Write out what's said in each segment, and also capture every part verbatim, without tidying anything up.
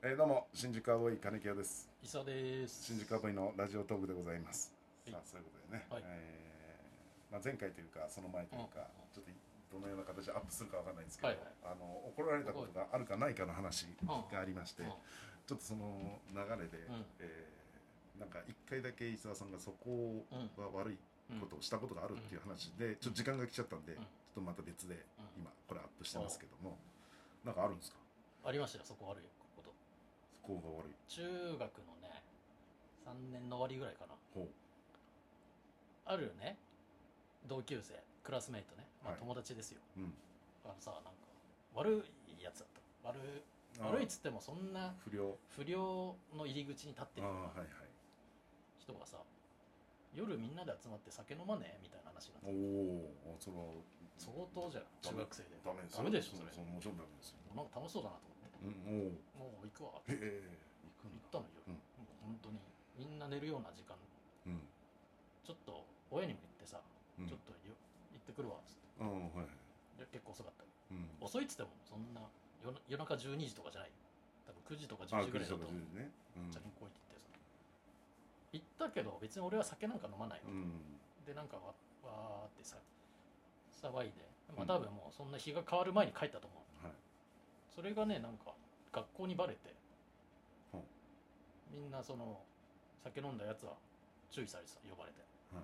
えー、どうも新宿アボーイ金城です。 伊佐です。 新宿アボーイのラジオトークでございます。 はいさあ、そういうことでね、 はい。 えーまあ、前回というかその前というか、ちょっとどのような形でアップするかわかんないんですけど、 はいはい。 あの怒られたことがあるかないかの話がありまして、 うんちょっとその流れで、 うんえーなんか一回だけ伊沢さんがそこが悪いことをしたことがあるっていう話で、ちょっと時間が来ちゃったんで、ちょっとまた別で今これアップしてますけども、なんかあるんですか？ ありましたよ、そこ悪いこと。 そこが悪い。 中学のね、さんねんの終わりぐらいかな。 ほう。 あるよね、同級生、クラスメイトね、まあ、 はい友達ですよ。 うん。 あのさ、なんか悪いやつだった。悪い悪いっつってもそんな不良。 不良の入り口に立ってるようなああ、はいはい。 人がさ、夜みんなで集まって酒飲まねえみたいな話になって、 おお、それは相当じゃん、中学生で。 ダメですよ。 ダメでしょそれ。 そもちろんダメですよ。 なんか楽しそうだなと思って、 うん、 もう行くわっおお。 てへえ、行くんだ。 行ったのよ。 うん。 もう本当にみんな寝るような時間、 うん。 ちょっと親にも言ってさ、 うん、 ちょっとよ行ってくるわっつって。 ああ、はい。 で結構遅かった。 うん。 遅いっつってもそんな夜夜中じゅうにじとかじゃない。多分くじとかじゅうじぐらいだとチャリンね。うん。 コ行ってさ、行ったけど別に俺は酒なんか飲まないの、 うん。 でなんかわわーってさ騒いで、まあ多分もうそんな日が変わる前に帰ったと思う。 はい。 それがね、なんか学校にバレて、 ほう。 みんなその酒飲んだやつは注意されてた、呼ばれて。 はい。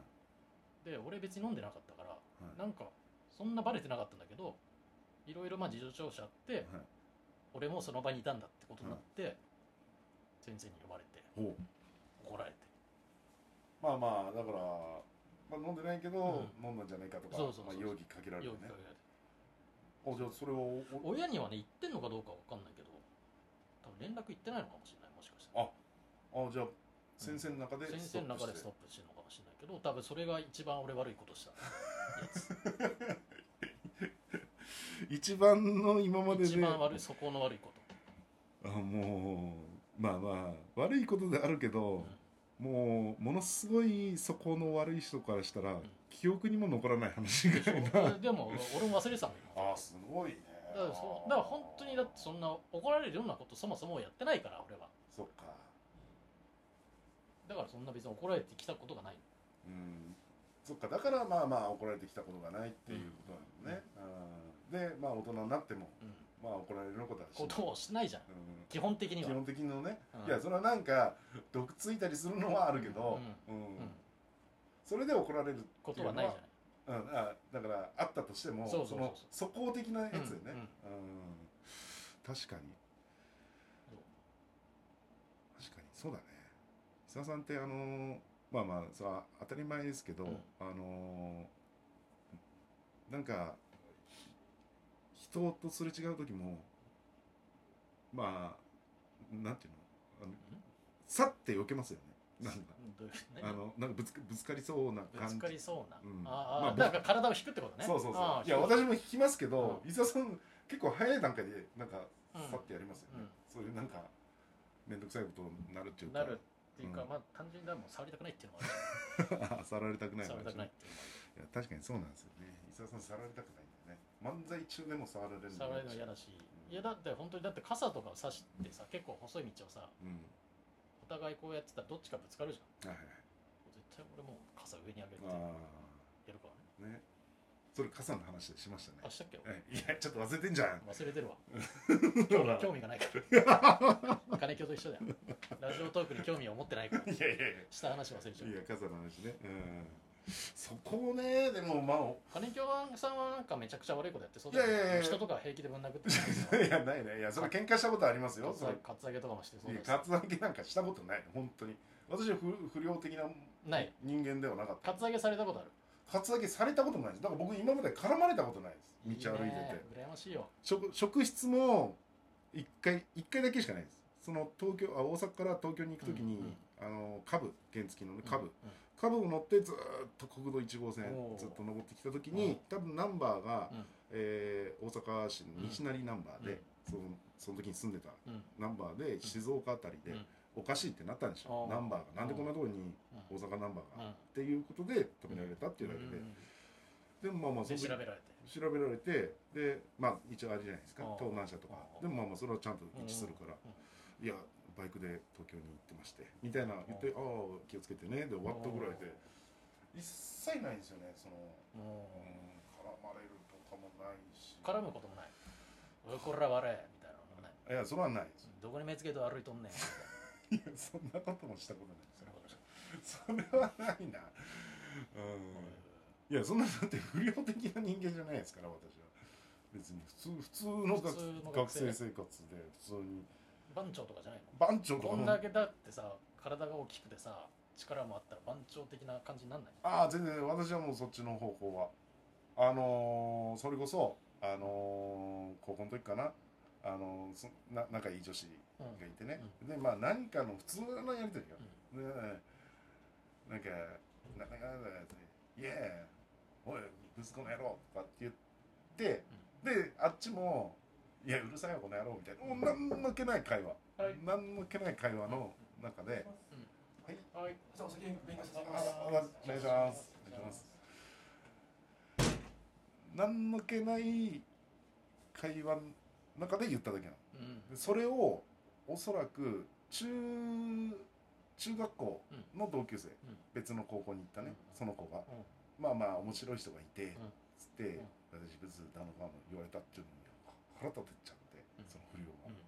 で俺別に飲んでなかったから、 はい。 なんかそんなバレてなかったんだけど、いろいろまあ事情聴取あって、 はい。 俺もその場にいたんだってことになって、先生に呼ばれてほう。 怒られて。 まあまあ、だから、まあ飲んでないけど、 う飲んだんじゃないかとか、 そうそうそうまあ容疑かけられるね。 容疑かけられて、 あ、じゃあそれを、お親にはね言ってんのかどうかわかんないけど、多分連絡行ってないのかもしれない、もしかしたら。 あ、あ、じゃあ先生の中で先ストップして。 生の中でストップしてるのかもしれないけど、多分それが一番俺悪いことしたやつ。 一番の今までで一番悪い、そこの悪いこと。 あ、もうまあまあ悪いことであるけど、 うん、 もうものすごいそこの悪い人からしたら、 ん記憶にも残らない話ぐらいな。 でも俺も忘れてたのよ。 ああ、すごいね。 だからそだから本当に、だってそんな怒られるようなことそもそもやってないから俺は。 そっか。 だからそんな別に怒られてきたことがない。 うん、そっか。だからまあまあ怒られてきたことがないっていうことなのね、うん、でまあ大人になっても、うん、まあ怒られることはしないことをしないじゃん、うん、基本的には。 基本的のね、 うん、 いやそれはなんか毒ついたりするのはあるけど、うんうんうん、それで怒られるっていうことはないじゃない。 うん、あだからあったとしても、 そうそうそうそう、 その素行的なやつでね、うんうん、確かに確かにそうだね。伊沢さんってあのまあまあそれは当たり前ですけど、うん、あのなんか人とすれ違う時もまあなんていうの、あのさって避けますよね。なんかあのなんかぶつぶつかりそうな感じ、 ぶつかりそうな、 うん、 ああ、まあ、なんか体を引くってことね。 そうそうそう。いや私も引きますけど、伊沢さん結構早い段階でなんかさってやりますよね、うん、そういうなんか面倒くさいことになるっていうか、 なるっていうか、うん、まあ単純にもう触りたくないっていうのもある。 触られたくない。 触られたくないっていうのもある。 いや確かにそうなんですよね。伊沢さん触られたくないんだよね。漫才中でも触られるの触られるの嫌だし、うん、いやだって本当にだって傘とかを差してさ、結構細い道をさ、うん、お互いこうやってたらどっちかぶつかるじゃん。はいはい、絶対俺もう傘上に上げてやるからね。ね、 それ傘の話でしましたね。 あ、したっけ？ いやちょっと忘れてんじゃん。 忘れてるわ。興味がないから金京と一緒だよ。ラジオトークに興味を持ってないから。いやいやいや、した話忘れちゃう。 いや傘の話ね、うん、そこをね。でもまあ金京さんはなんかめちゃくちゃ悪いことやってそうだよね。いやいやいや、人とか平気でぶん殴っていやないね。いやそれ喧嘩したことありますよ。 カツアゲとかもしてそうです。 カツアゲなんかしたことない本当に。私は不良的な人間ではなかった。 カツアゲされたことある？ カツアゲされたこともないです。だから僕今まで絡まれたことないです。道歩いてて。 羨ましいよ。 職職質も一回一回だけしかないです。その東京あ大阪から東京に行くときに、うんうん、あのカブ原付のねカブ、うんうん、カブを乗ってずっと国道いち号線ずっと登ってきたときに、多分ナンバーが、うん、えー、大阪市の西成ナンバーで、うん、そのその時に住んでたナンバーで静岡あたりで。うんうん、おかしいってなったんでしょ、ナンバーがなんでこんなところに大阪ナンバーが、っていうことで止められたっていうだけで、でもまあまあその時調べられて調べられて、でまあ一応あれじゃないですか、盗難車とかでもまあまあそれはちゃんと一致するから、 いやバイクで東京に行ってましてみたいな言って、ああ気をつけてねで終わったぐらいで一切ないんですよね、その、うん、絡まれるとかもないし、 絡むこともない。おいこら悪いみたいなのもない。 いやそれはないです。 どこに目つけと歩いとんねんいやそんなこともしたことない。それはないな。うん、いやそんなだって不良的な人間じゃないですから私は。別に普通普通の学生生活で普通に番長とかじゃないの？ 番長とかこんだけだってさ、体が大きくてさ力もあったら番長的な感じになんない？ ああ全然私はもうそっちの方向はあのー、それこそあのー、高校の時かな、あのー、そな仲いい女子がいてね、うん、でまあ何かの普通のやりとりよ、うん、でなんか「なんかイエーおい息子の野郎」とかって言って、うん、であっちも「いやうるさいよこの野郎」みたいな、もう何の気ない会話、はい、何の気ない会話の中で、うん、はい、はい、じゃあお先に勉強させてください。お願いします。お願いします。何の気ない会話の中で言っただけなの、うん、それをおそらく中中学校の同級生、うん、別の高校に行ったね、うん、その子が、うん、まあまあ面白い人がいて、うん、つって、うん、私ブスだのかの言われたっていうのに腹立てちゃって、うん、その不良が、うん、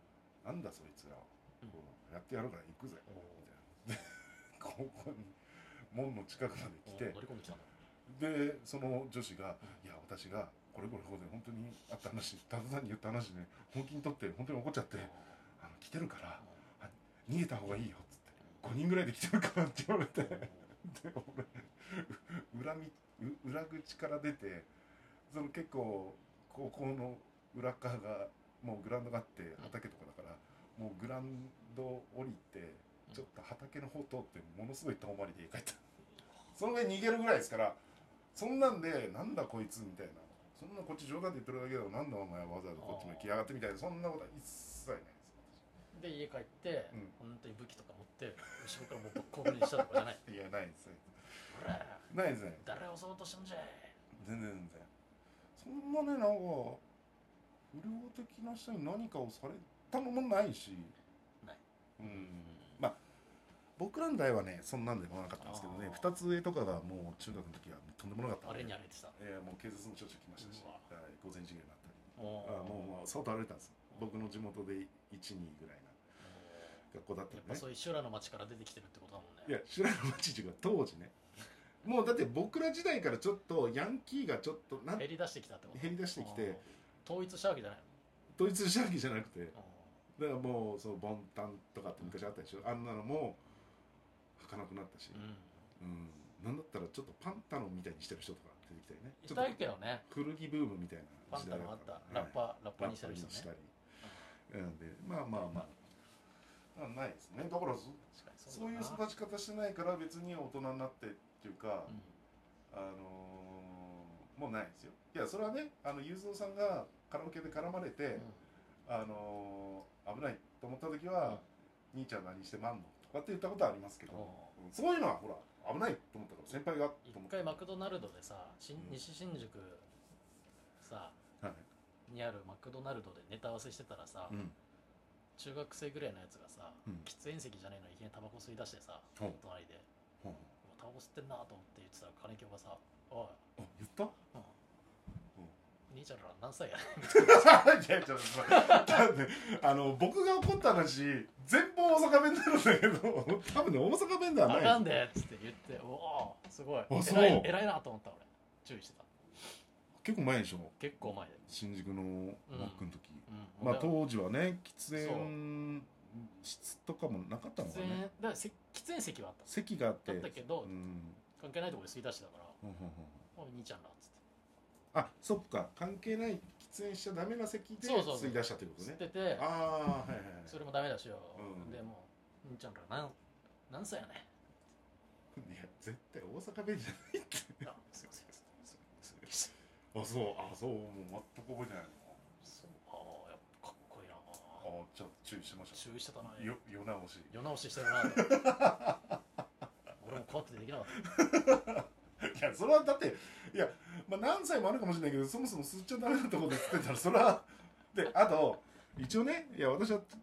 なんだそいつら、うん、やってやるから行くぜ、うん、みたいな。で高校に門の近くまで来て、乗り込んできたの。でその女子が、うん、いや私がこれこれここで本当にあった話、ただ単に言った話で、ね、本気にとって本当に怒っちゃって、あの来てるから、うん、逃げた方がいいよっつって、ごにんぐらいで来てるからって言われて、で俺裏み裏口から出て、その結構高校の裏側がもうグラウンドがあって畑とかだから、もうグラウンド降りてちょっと畑の方通ってものすごい遠回りで家帰った。その上逃げるぐらいですから、そんなんでなんだこいつみたいな、そんなこっち冗談で言ってるだけだよ、なんだお前わざわざこっちも来やがってみたいな、そんなことは一切ないです。 で家帰って、うん、本当に武器とか持って後ろからもうボッコボコにしたとかじゃない？ いやないですね。ないですね。 誰を襲おうとしたんじゃい。 全然全然。そんなね、なんか不良的な人に何かをされたのもないし、 ない。 うん。まあ僕らの代はねそんなんでもなかったんですけどね、二つ上とかがもう中学の時はとんでもなかったんで。 あれに歩いてた。 ええー、もう警察もちょっちゅう来ましたし、はい、午前授業になったり、あもうもう相当歩いたんです。僕の地元でいち、にぐらいな学校だったんで、ね、 やっぱそういう修羅の町から出てきてるってことだもんね。 いや修羅の町っていうか当時ね、もうだって僕ら時代からちょっとヤンキーがちょっとなん減り出してきたってこと。 減り出してきて、 統一したわけじゃないの。 統一したわけじゃなくて、だからもうそのボンタンとかって昔あったでしょ、あんなのも履かなくなったし、うん、うん、なんだったらちょっとパンタロンみたいにしてる人とか出てきたよね。 いたいけどね。 古着ブームみたいな時代だった。パンタロンあった。ラッパ、はい、ラッパにしたりしたり。 なんでまあまあまあ、うん、ないですね。だからそ、そういう育ち方してないから別に大人になってっていうか、うん、あのー、もうないですよ。いやそれはね、あのゆうぞうさんがカラオケで絡まれて、うん、あのー、危ないと思った時は、うん、兄ちゃん何してまんのとかって言ったことはありますけど、うん、そういうのはほら危ないと思ったから先輩が一回マクドナルドでさ、新西新宿さ、はい、にあるマクドナルドでネタ合わせしてたらさ、うん、中学生ぐらいのやつがさ、うん、喫煙席じゃねえのにいきなりタバコ吸い出してさ、うん、隣で、うん、タバコ吸ってんなと思って言ってたら金京がさ、おい、 あ、言った？うん兄ちゃんら何歳やねん。 いやちょっとだってあの僕が怒った話全部大阪弁になるんだけど、多分ね大阪弁ではない。 あかんでっつって言って、おおすごい偉い偉いなと思った俺。注意してた。 結構前でしょ。 結構前で。 新宿のマックの時、うんうん、まあ当時はね喫煙室とかもなかったのかね。 だから喫煙席はあった。 席があってだったけど、うん、関係ないところで吸い出してたから、うんうんうん、お兄ちゃんらっつって。 あ、そっか、関係ない喫煙しちゃダメな席で吸い出したってことね。 吸ってて、 ああ、はいはい、 それもダメだしよ、うん、でもう兄ちゃんら何何歳やねん。いや絶対大阪弁じゃないって。あ、すいません。あ、そう、あ、そう、もう全く覚えてないの。 そう、ああ、やっぱかっこいいな。 あ、じゃあ注意してました。 注意してたな。 よ、世直し。 世直ししてるな。俺も怖くてできなかった。 いやそれはだっていや、まあ、何歳もあるかもしれないけど、そもそも吸っちゃダメなところで吸ってたらそれはで、あと一応ね、いや私は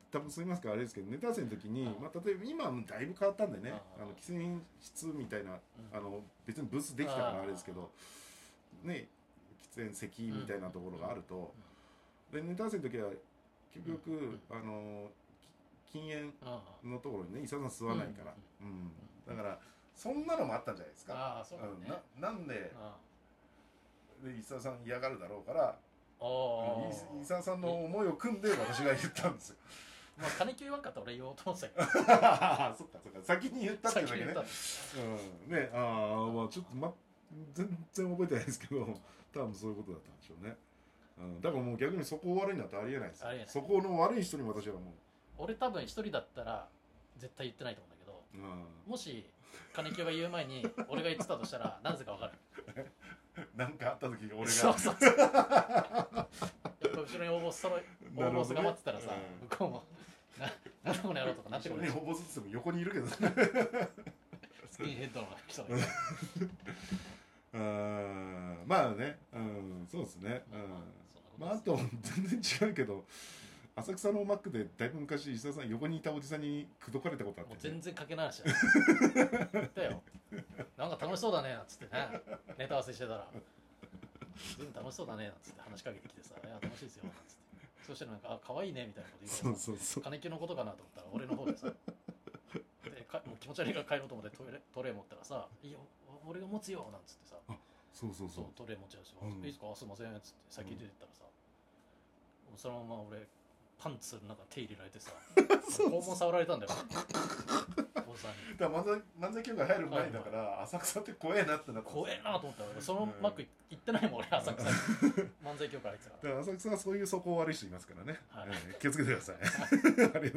多分すみますかあれですけどネタ合わせの時に、 うんまあ、例えば今はだいぶ変わったんでね、 うんあの喫煙室みたいな、 うんあの別にブースできたからあれですけど、ね、喫煙席みたいなところがあると、でネタ合わせの時は結局、 うん、 あの禁煙のところにね伊沢さん吸わないから、うん、だからそんなのもあったんじゃないですか。 ああそうだね、 うん、な, なんであで伊沢さん嫌がるだろうからあ伊沢さんの思いを組んで私が言ったんですよ。 まあ金木言わんかったら俺言おうと思ってたけどそっかそっか先に言ったっていうだけね。 先に言ったうんねああまあちょっとま全然覚えてないですけど多分そういうことだったんでしょうね。うん、だからもう逆にそこ悪いなんてありえないですよ。そこの悪い人に私はもう俺多分一人だったら絶対言ってないと思うんだけど、うん、もし金木が言う前に俺が言ってたとしたらなぜか分かるなんかあった時俺がそうそうそうやっぱ後ろに応募そろ応募すが待ってたらさ、うん、向こうもななんでこの野郎とかなってくる後ろに応募すっても横にいるけどねスキンヘッドの人がいるうんまあね、うん、そうですね、うん、まああと全然違うけど浅草のマックでだいぶ昔石田さん横にいたおじさんに口説かれたことあって、ね、 もう全然かけない話言ったよなんか楽しそうだねなんつってねネタ合わせしてたら全然楽しそうだねなんつって話しかけてきてさいや楽しいですよなんつってそしたらなんかあ可愛いねみたいなこと言うからそうそうそう金木のことかなと思ったら俺の方でさでかもう気持ち悪いから帰ろうと思ってトレトレー持ったらさいいよ俺が持つよなんつってさそうそうそうトレー持っちゃうし、うん、いいですかすいませんっつって先出てったらさ、うん、そのまま俺パンツの中手入れられてさ肛門触られたんだよおさんにだから漫才漫才協会入る前だから浅草って怖えなってなった怖えなと思ったらそのマック行ってないもん俺浅草に漫才協会入ってたからだから浅草はそういう素行悪い人いますからね、はい、気をつけてください